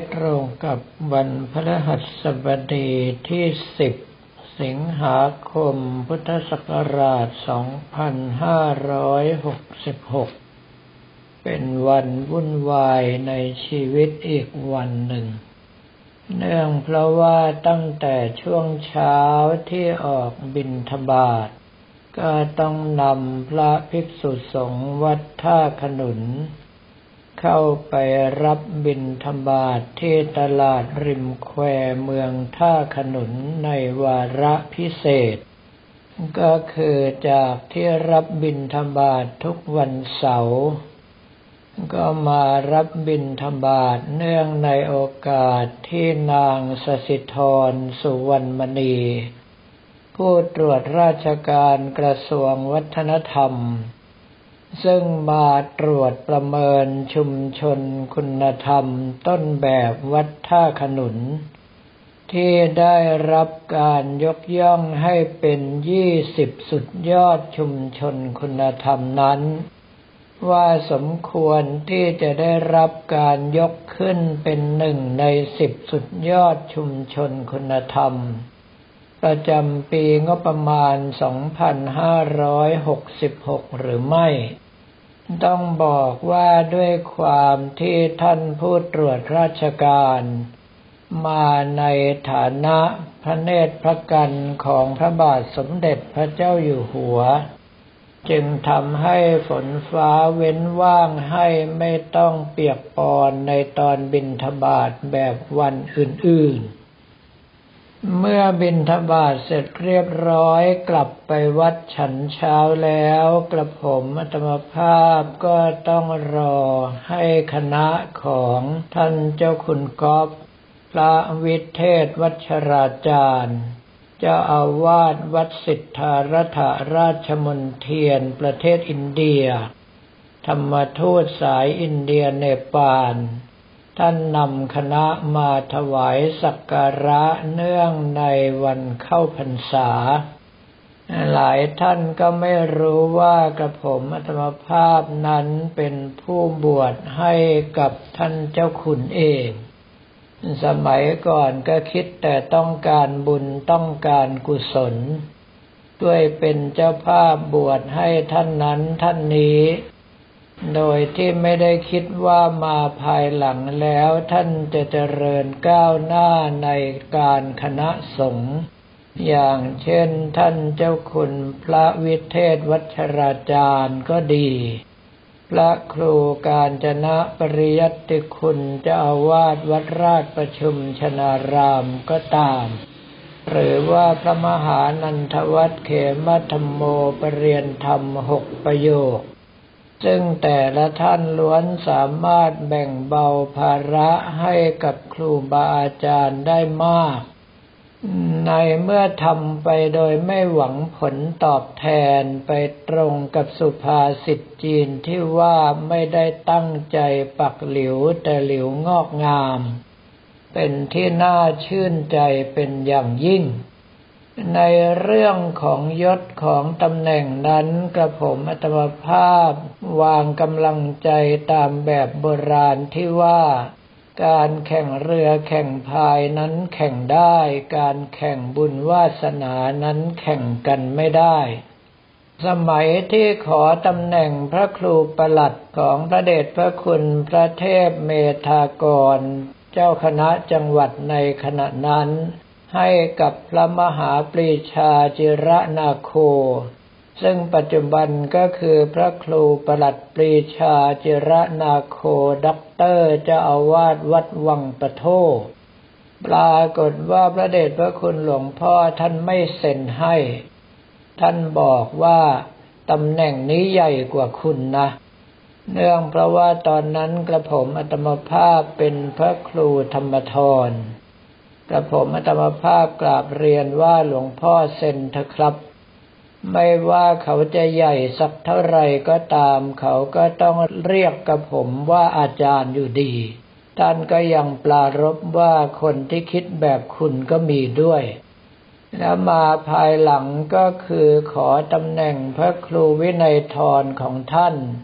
ตรงกับวันพฤหัสบดีที่10สิงหาคมพุทธศักราช2566เป็นวันวุ่นวายในชีวิตอีกวันหนึ่งเนื่องเพราะว่าตั้งแต่ช่วงเช้าที่ออกบิณฑบาตก็ต้องนำพระภิกษุสงฆ์วัดท่าขนุนเข้าไปรับบิณฑบาตที่ตลาดริมแควเมืองท่าขนุนในวาระพิเศษก็คือจากที่รับบิณฑบาตทุกวันเสาร์ก็มารับบิณฑบาตเนื่องในโอกาสที่นางสสิธรสุวรรณมณีผู้ตรวจราชการกระทรวงวัฒนธรรมซึ่งมาตรวจประเมินชุมชนคุณธรรมต้นแบบวัดท่าขนุนที่ได้รับการยกย่องให้เป็น20สุดยอดชุมชนคุณธรรมนั้นว่าสมควรที่จะได้รับการยกขึ้นเป็น1ใน10สุดยอดชุมชนคุณธรรมประจำปีงบประมาณ2566หรือไม่ต้องบอกว่าด้วยความที่ท่านผู้ตรวจราชการมาในฐานะพระเนตรพระกันของพระบาทสมเด็จพระเจ้าอยู่หัวจึงทำให้ฝนฟ้าเว้นว่างให้ไม่ต้องเปียกปอนในตอนบิณฑบาตแบบวันอื่นๆเมื่อบิณฑบาตเสร็จเรียบร้อยกลับไปวัดฉันเช้าแล้วกระผมอาตมาภาพก็ต้องรอให้คณะของท่านเจ้าคุณก๊อฟพระวิเทศวัชราจารย์เจ้าอาวาสวัดสิทธารถราชมนเทียนประเทศอินเดียธรรมทูตสายอินเดียเนปาลท่านนำคณะมาถวายสักการะเนื่องในวันเข้าพรรษาหลายท่านก็ไม่รู้ว่ากระผมอาตมาภาพนั้นเป็นผู้บวชให้กับท่านเจ้าคุณเองสมัยก่อนก็คิดแต่ต้องการบุญต้องการกุศลด้วยเป็นเจ้าภาพบวชให้ท่านนั้นท่านนี้โดยที่ไม่ได้คิดว่ามาภายหลังแล้วท่านจะเจริญก้าวหน้าในการคณะสงฆ์อย่างเช่นท่านเจ้าคุณพระวิเทศวัชราจารย์ก็ดีพระครูกาญจนะปริยัตติคุณเจ้าอาวาสวัดราชประชุมชนารามก็ตามหรือว่าพระมหานันทวัฒน์เขมธัมโมปรริยนธรรม6ประโยคซึ่งแต่ละท่านล้วนสามารถแบ่งเบาภาระให้กับครูบาอาจารย์ได้มากในเมื่อทำไปโดยไม่หวังผลตอบแทนไปตรงกับสุภาษิตจีนที่ว่าไม่ได้ตั้งใจปักหลิวแต่หลิวงอกงามเป็นที่น่าชื่นใจเป็นอย่างยิ่งในเรื่องของยศของตำแหน่งนั้นกระผมอาตมาภาพวางกำลังใจตามแบบโบราณที่ว่าการแข่งเรือแข่งพายนั้นแข่งได้การแข่งบุญวาสนานั้นแข่งกันไม่ได้สมัยที่ขอตำแหน่งพระครูประหลัดของพระเดชพระคุณพระเทพเมธากรเจ้าคณะจังหวัดในขณะนั้นให้กับพระมหาปรีชาจิรนาโคซึ่งปัจจุบันก็คือพระครูประหลัดปรีชาจิรนาโคด็อกเตอร์เจ้าอาวาสวัดวังปะโทปรากฏว่าพระเดชพระคุณหลวงพ่อท่านไม่เซ็นให้ท่านบอกว่าตำแหน่งนี้ใหญ่กว่าคุณนะเนื่องเพราะว่าตอนนั้นกระผมอาตมาภาพเป็นพระครูธรรมธรกระผมอาตมาภาพกราบเรียนว่าหลวงพ่อเซ็นเถอะครับไม่ว่าเขาจะใหญ่สักเท่าไรก็ตามเขาก็ต้องเรียกกับผมว่าอาจารย์อยู่ดีท่านก็ยังปรารภว่าคนที่คิดแบบคุณก็มีด้วยแล้วมาภายหลังก็คือขอตำแหน่งพระครูวินัยธรของท่าน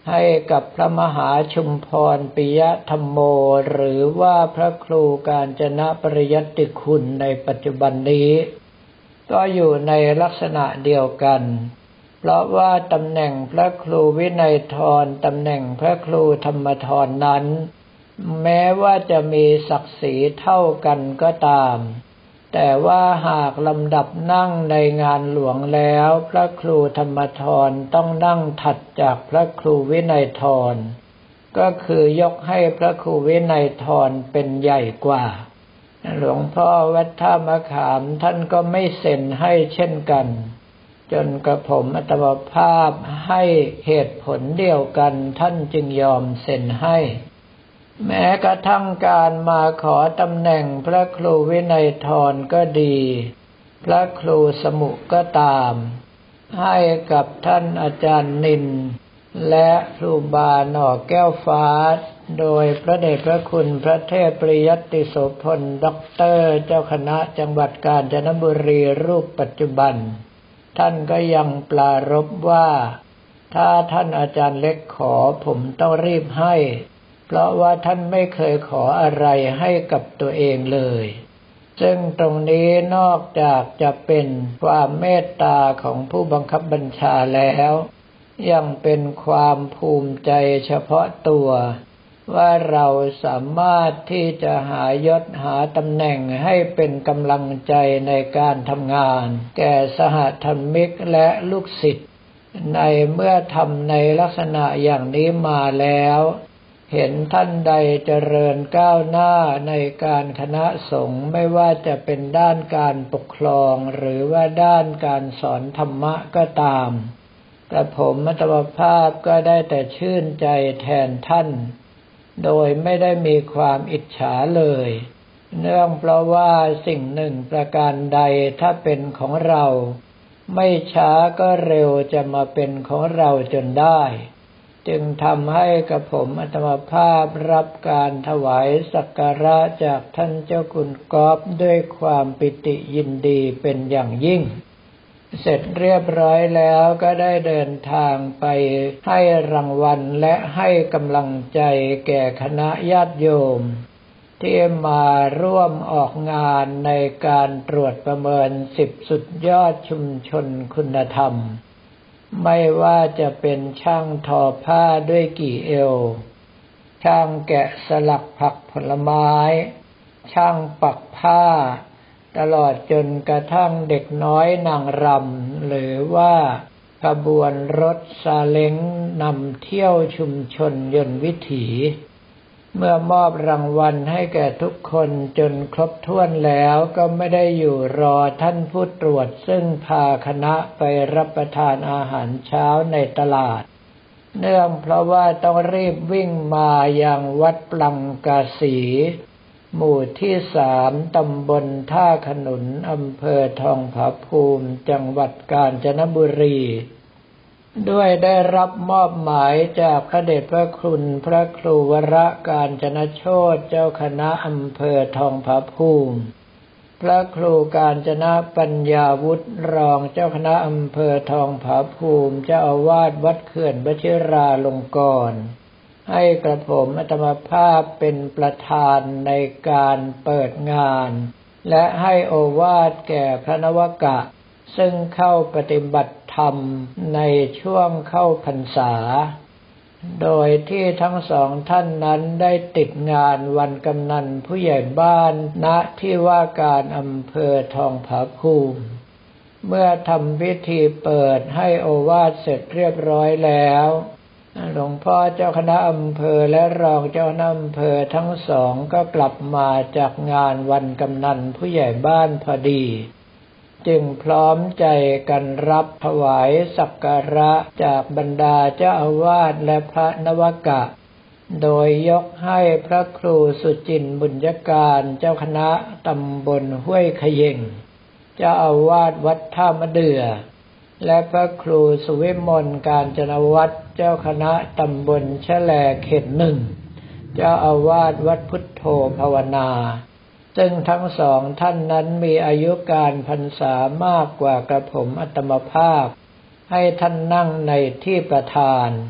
ให้กับพระมหาชุมพรปิยธรรมโมหรือว่าพระครูกาญจนปริยัตติคุณในปัจจุบันนี้ก็อยู่ในลักษณะเดียวกันเพราะว่าตำแหน่งพระครูวินัยธรตำแหน่งพระครูธรรมธรนั้นแม้ว่าจะมีศักดิ์ศรีเท่ากันก็ตามแต่ว่าหากลำดับนั่งในงานหลวงแล้วพระครูธรรมธรต้องนั่งถัดจากพระครูวินัยธรก็คือยกให้พระครูวินัยธรเป็นใหญ่กว่าหลวงพ่อวัดท่ามะขามท่านก็ไม่เซ็นให้เช่นกันจนกระผมอัตมภาพให้เหตุผลเดียวกันท่านจึงยอมเซ็นให้แม้กระทั่งการมาขอตำแหน่งพระครูวินัยธรก็ดีพระครูสมุก็ตามให้กับท่านอาจารย์นินและครูบาหน่อแก้วฟ้าโดยพระเดชพระคุณพระเทพปริยัตติโสพลด็อกเตอร์เจ้าคณะจังหวัดกาญจนบุรีรูปปัจจุบันท่านก็ยังปรารภว่าถ้าท่านอาจารย์เล็กขอผมต้องรีบให้เพราะว่าท่านไม่เคยขออะไรให้กับตัวเองเลยซึ่งตรงนี้นอกจากจะเป็นความเมตตาของผู้บังคับบัญชาแล้วยังเป็นความภูมิใจเฉพาะตัวว่าเราสามารถที่จะหายศหาตำแหน่งให้เป็นกำลังใจในการทำงานแก่สหธรรมิกและลูกศิษย์ในเมื่อทำในลักษณะอย่างนี้มาแล้วเห็นท่านใดเจริญก้าวหน้าในการคณะสงฆ์ไม่ว่าจะเป็นด้านการปกครองหรือว่าด้านการสอนธรรมะก็ตามกระผมอัตมภาพก็ได้แต่ชื่นใจแทนท่านโดยไม่ได้มีความอิจฉาเลยเนื่องเพราะว่าสิ่งหนึ่งประการใดถ้าเป็นของเราไม่ช้าก็เร็วจะมาเป็นของเราจนได้จึงทำให้กระผมอัตมภาพรับการถวายสักการะจากท่านเจ้าคุณก๊อฟด้วยความปิติยินดีเป็นอย่างยิ่งเสร็จเรียบร้อยแล้วก็ได้เดินทางไปให้รางวัลและให้กำลังใจแก่คณะญาติโยมที่มาร่วมออกงานในการตรวจประเมิน10สุดยอดชุมชนคุณธรรมไม่ว่าจะเป็นช่างทอผ้าด้วยกี่เอวช่างแกะสลักผักผลไม้ช่างปักผ้าตลอดจนกระทั่งเด็กน้อยนางรำหรือว่าขบวนรถซาเล้งนำเที่ยวชุมชนยนต์วิถีเมื่อมอบรางวัลให้แก่ทุกคนจนครบถ้วนแล้วก็ไม่ได้อยู่รอท่านผู้ตรวจซึ่งพาคณะไปรับประทานอาหารเช้าในตลาดเนื่องเพราะว่าต้องรีบวิ่งมายังวัดปลังกาสีหมู่ที่3ตำบลท่าขนุนอำเภอทองผาภูมิจังหวัดกาญจนบุรีด้วยได้รับมอบหมายจากพระเดชพระคุณพระครูวรกาญจนโชติเจ้าคณะอำเภอทองผาภูมิพระครูกาญจนปัญญาวุฒิรองเจ้าคณะอำเภอทองผาภูมิเจ้าอาวาสวัดเขื่อนวชิราลงกรณ์ให้กระผมอัตมภาพเป็นประธานในการเปิดงานและให้โอวาทแก่พระนวกะซึ่งเข้าปฏิบัติธรรมในช่วงเข้าพรรษาโดยที่ทั้งสองท่านนั้นได้ติดงานวันกำนันผู้ใหญ่บ้านณที่ว่าการอำเภอทองผาภูมิเมื่อทำพิธีเปิดให้โอวาทเสร็จเรียบร้อยแล้วหลวงพ่อเจ้าคณะอำเภอและรองเจ้าคณะอำเภอทั้งสองก็กลับมาจากงานวันกำนันผู้ใหญ่บ้านพอดีจึงพร้อมใจกันรับถวายสักการะจากบรรดาเจ้าอาวาสและพระนวกะโดยยกให้พระครูสุจินต์บุญญการเจ้าคณะตำบลห้วยเขย่งเจ้าอาวาสวัดท่ามะเดื่อและพระครูสุวิมลกาญจนวัฒน์เจ้าคณะตำบลแฉลเขต1เจ้าอาวาสวัดพุทโธภาวนาซึ่งทั้งสองท่านนั้นมีอายุการพรรษามากกว่ากระผมอัตมภาพให้ท่านนั่งในที่ประธาน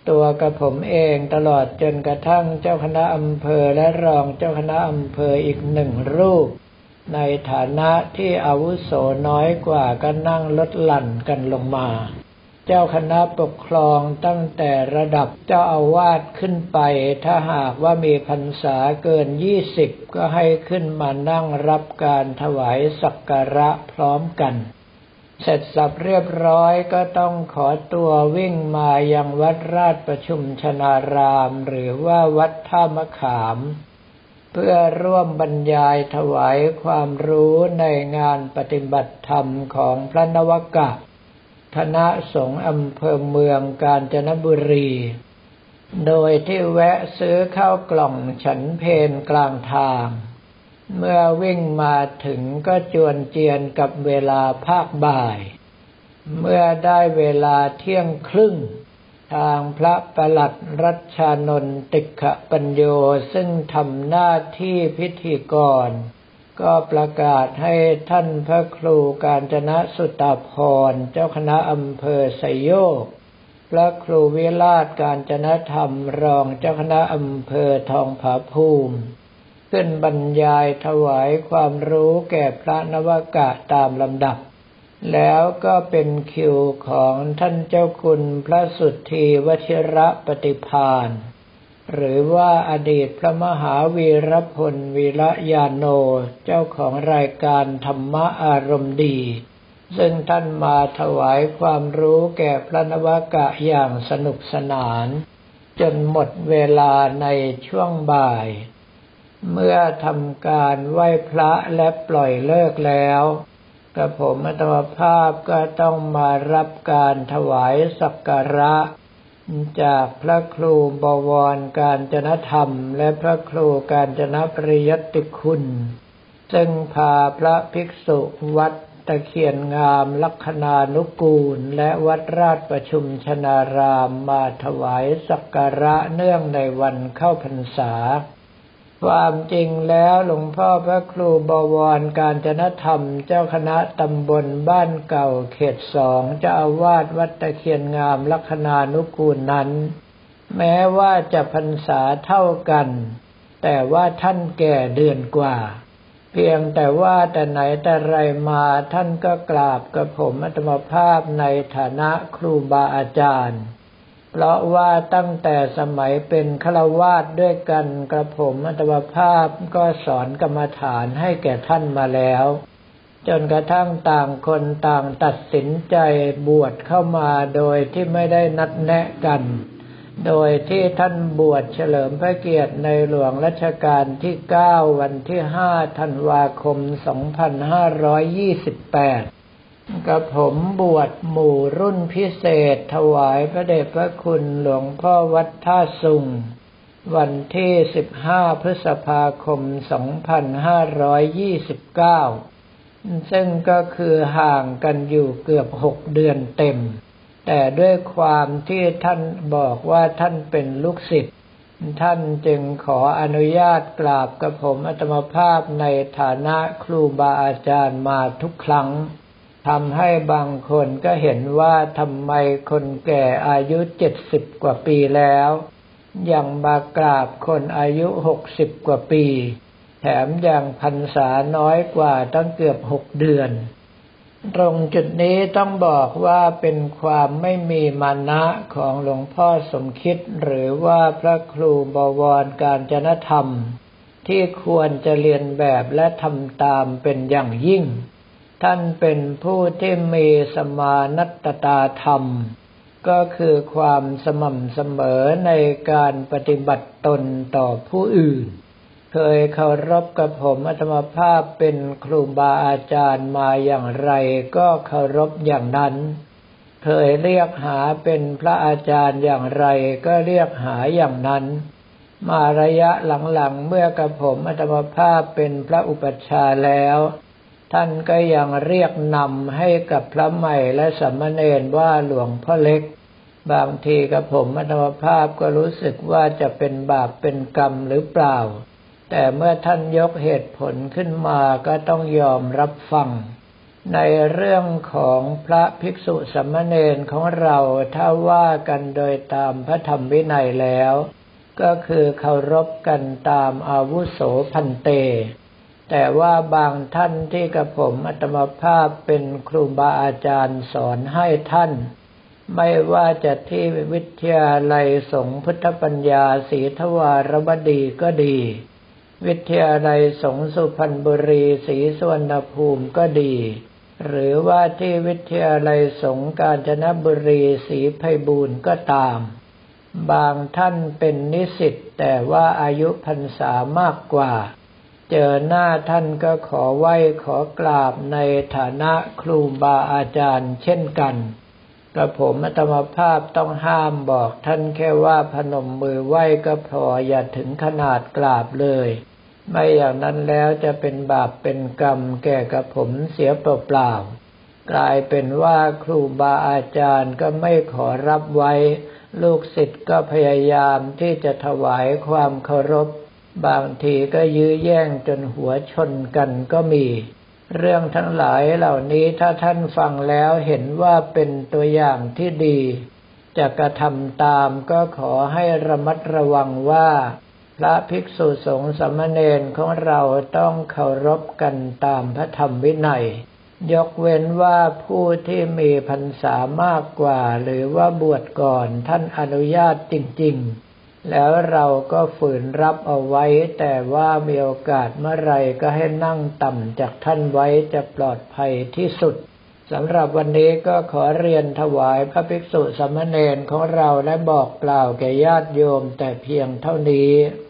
ตัวกระผมเองตลอดจนกระทั่งเจ้าคณะอำเภอและรองเจ้าคณะอำเภออีก1 รูปในฐานะที่อาวุโสน้อยกว่าก็นั่งลดหลั่นกันลงมาเจ้าคณะปกครองตั้งแต่ระดับเจ้าอาวาสขึ้นไปถ้าหากว่ามีพรรษาเกิน20ก็ให้ขึ้นมานั่งรับการถวายสักการะพร้อมกันเสร็จสับเรียบร้อยก็ต้องขอตัววิ่งมายังวัดราชประชุมชนารามหรือว่าวัดท่ามะขามเพื่อร่วมบรรยายถวายความรู้ในงานปฏิบัติธรรมของพระนวกะคณะสงฆ์อำเภอเมืองกาญจนบุรีโดยที่แวะซื้อข้าวกล่องฉันเพลกลางทางเมื่อวิ่งมาถึงก็จวนเจียนกับเวลาภาคบ่ายเมื่อได้เวลาเที่ยงครึ่งทางพระปลัดรัชชานนท์ติขปัญโยซึ่งทำหน้าที่พิธีกรก็ประกาศให้ท่านพระครูกาญจนสุตพรเจ้าคณะอำเภอไซโยกพระครูวิราชกาญจนธรรมรองเจ้าคณะอำเภอทองผาภูมิขึ้นบรรยายถวายความรู้แก่พระนวกะตามลำดับแล้วก็เป็นคิวของท่านเจ้าคุณพระสุทธีวชิระปฏิภาณหรือว่าอดีตพระมหาวีรพลวีระยาโนเจ้าของรายการธรรมะอารมณ์ดีซึ่งท่านมาถวายความรู้แก่พระนวกะอย่างสนุกสนานจนหมดเวลาในช่วงบ่ายเมื่อทำการไหว้พระและปล่อยเลิกแล้วกระผมอัตมภาพก็ต้องมารับการถวายสักการะจากพระครูบวรกาญจนธรรมและพระครูกาญจนปริยัตติคุณซึ่งพาพระภิกษุวัดตะเคียนงามลัคนานุกูลและวัดราชประชุมชนารามมาถวายสักการะเนื่องในวันเข้าพรรษาความจริงแล้วหลวงพ่อพระครูบวรกาญจนธรรมเจ้าคณะตำบลบ้านเก่าเขต2เจ้าอาวาสวัดตะเคียนงามลัคนานุกูลนั้นแม้ว่าจะพรรษาเท่ากันแต่ว่าท่านแก่เดือนกว่าเพียงแต่ว่าแต่ไหนแต่ไรมาท่านก็กราบกับผมอัตมภาพในฐานะครูบาอาจารย์เพราะว่าตั้งแต่สมัยเป็นฆราวาสด้วยกันกระผมอัตมภาพก็สอนกรรมฐานให้แก่ท่านมาแล้วจนกระทั่งต่างคนต่างตัดสินใจบวชเข้ามาโดยที่ไม่ได้นัดแนะกันโดยที่ท่านบวชเฉลิมพระเกียรติในหลวงรัชกาลที่9วันที่5ธันวาคม2528กับผมบวชหมู่รุ่นพิเศษถวายพระเดชพระคุณหลวงพ่อวัดท่าสุงวันที่15พฤษภาคม2529ซึ่งก็คือห่างกันอยู่เกือบ6 เดือนเต็มแต่ด้วยความที่ท่านบอกว่าท่านเป็นลูกศิษย์ท่านจึงขออนุญาตกราบกับผมอัตมภาพในฐานะครูบาอาจารย์มาทุกครั้งทำให้บางคนก็เห็นว่าทำไมคนแก่อายุ70 กว่าปีแล้วยังมากราบคนอายุ60 กว่าปีแถมยังพรรษาน้อยกว่าตั้งเกือบ6 เดือนตรงจุดนี้ต้องบอกว่าเป็นความไม่มีมานะของหลวงพ่อสมคิดหรือว่าพระครูบวรกาญจนธรรมที่ควรจะเรียนแบบและทำตามเป็นอย่างยิ่งท่านเป็นผู้ที่มีสมานัตตาธรรมก็คือความสม่ำเสมอในการปฏิบัติตนต่อผู้อื่นเคยเคารพกับผมอัตมภาพเป็นครูบาอาจารย์มาอย่างไรก็เคารพอย่างนั้นเคยเรียกหาเป็นพระอาจารย์อย่างไรก็เรียกหาอย่างนั้นมาระยะหลังๆเมื่อกับผมอัตมภาพเป็นพระอุปัชฌาย์แล้วท่านก็ยังเรียกนำให้กับพระใหม่และสามเณรว่าหลวงพ่อเล็กบางทีกับผมอัตมภาพก็รู้สึกว่าจะเป็นบาปเป็นกรรมหรือเปล่าแต่เมื่อท่านยกเหตุผลขึ้นมาก็ต้องยอมรับฟังในเรื่องของพระภิกษุสามเณรของเราถ้าว่ากันโดยตามพระธรรมวินัยแล้วก็คือเคารพกันตามอาวุโสพันเตแต่ว่าบางท่านที่กระผมอาตมาภาพเป็นครูบาอาจารย์สอนให้ท่านไม่ว่าจะที่วิทยาลัยสงฆ์พุทธปัญญาศรีทวารวดีก็ดีวิทยาลัยสงฆ์สุพรรณบุรีศรีสุวรรณภูมิก็ดีหรือว่าที่วิทยาลัยสงฆ์กาญจนบุรีศรีไพบูลย์ก็ตามบางท่านเป็นนิสิตแต่ว่าอายุพรรษามากกว่าเจอหน้าท่านก็ขอไหว้ขอกราบในฐานะครูบาอาจารย์เช่นกันกระผมอาตมาภาพต้องห้ามบอกท่านแค่ว่าพนมมือไหว้ก็พออย่าถึงขนาดกราบเลยไม่อย่างนั้นแล้วจะเป็นบาปเป็นกรรมแก่กระผมเสียเปล่าๆกลายเป็นว่าครูบาอาจารย์ก็ไม่ขอรับไว้ลูกศิษย์ก็พยายามที่จะถวายความเคารพบางทีก็ยื้อแย่งจนหัวชนกันก็มีเรื่องทั้งหลายเหล่านี้ถ้าท่านฟังแล้วเห็นว่าเป็นตัวอย่างที่ดีจะกระทำตามก็ขอให้ระมัดระวังว่าพระภิกษุสงฆ์สามเณรของเราต้องเคารพกันตามพระธรรมวินัยยกเว้นว่าผู้ที่มีพรรษามากกว่าหรือว่าบวชก่อนท่านอนุญาตจริงๆแล้วเราก็ฝืนรับเอาไว้แต่ว่ามีโอกาสเมื่อไรก็ให้นั่งต่ำจากท่านไว้จะปลอดภัยที่สุดสำหรับวันนี้ก็ขอเรียนถวายพระภิกษุสามเณรของเราและบอกกล่าวแก่ญาติโยมแต่เพียงเท่านี้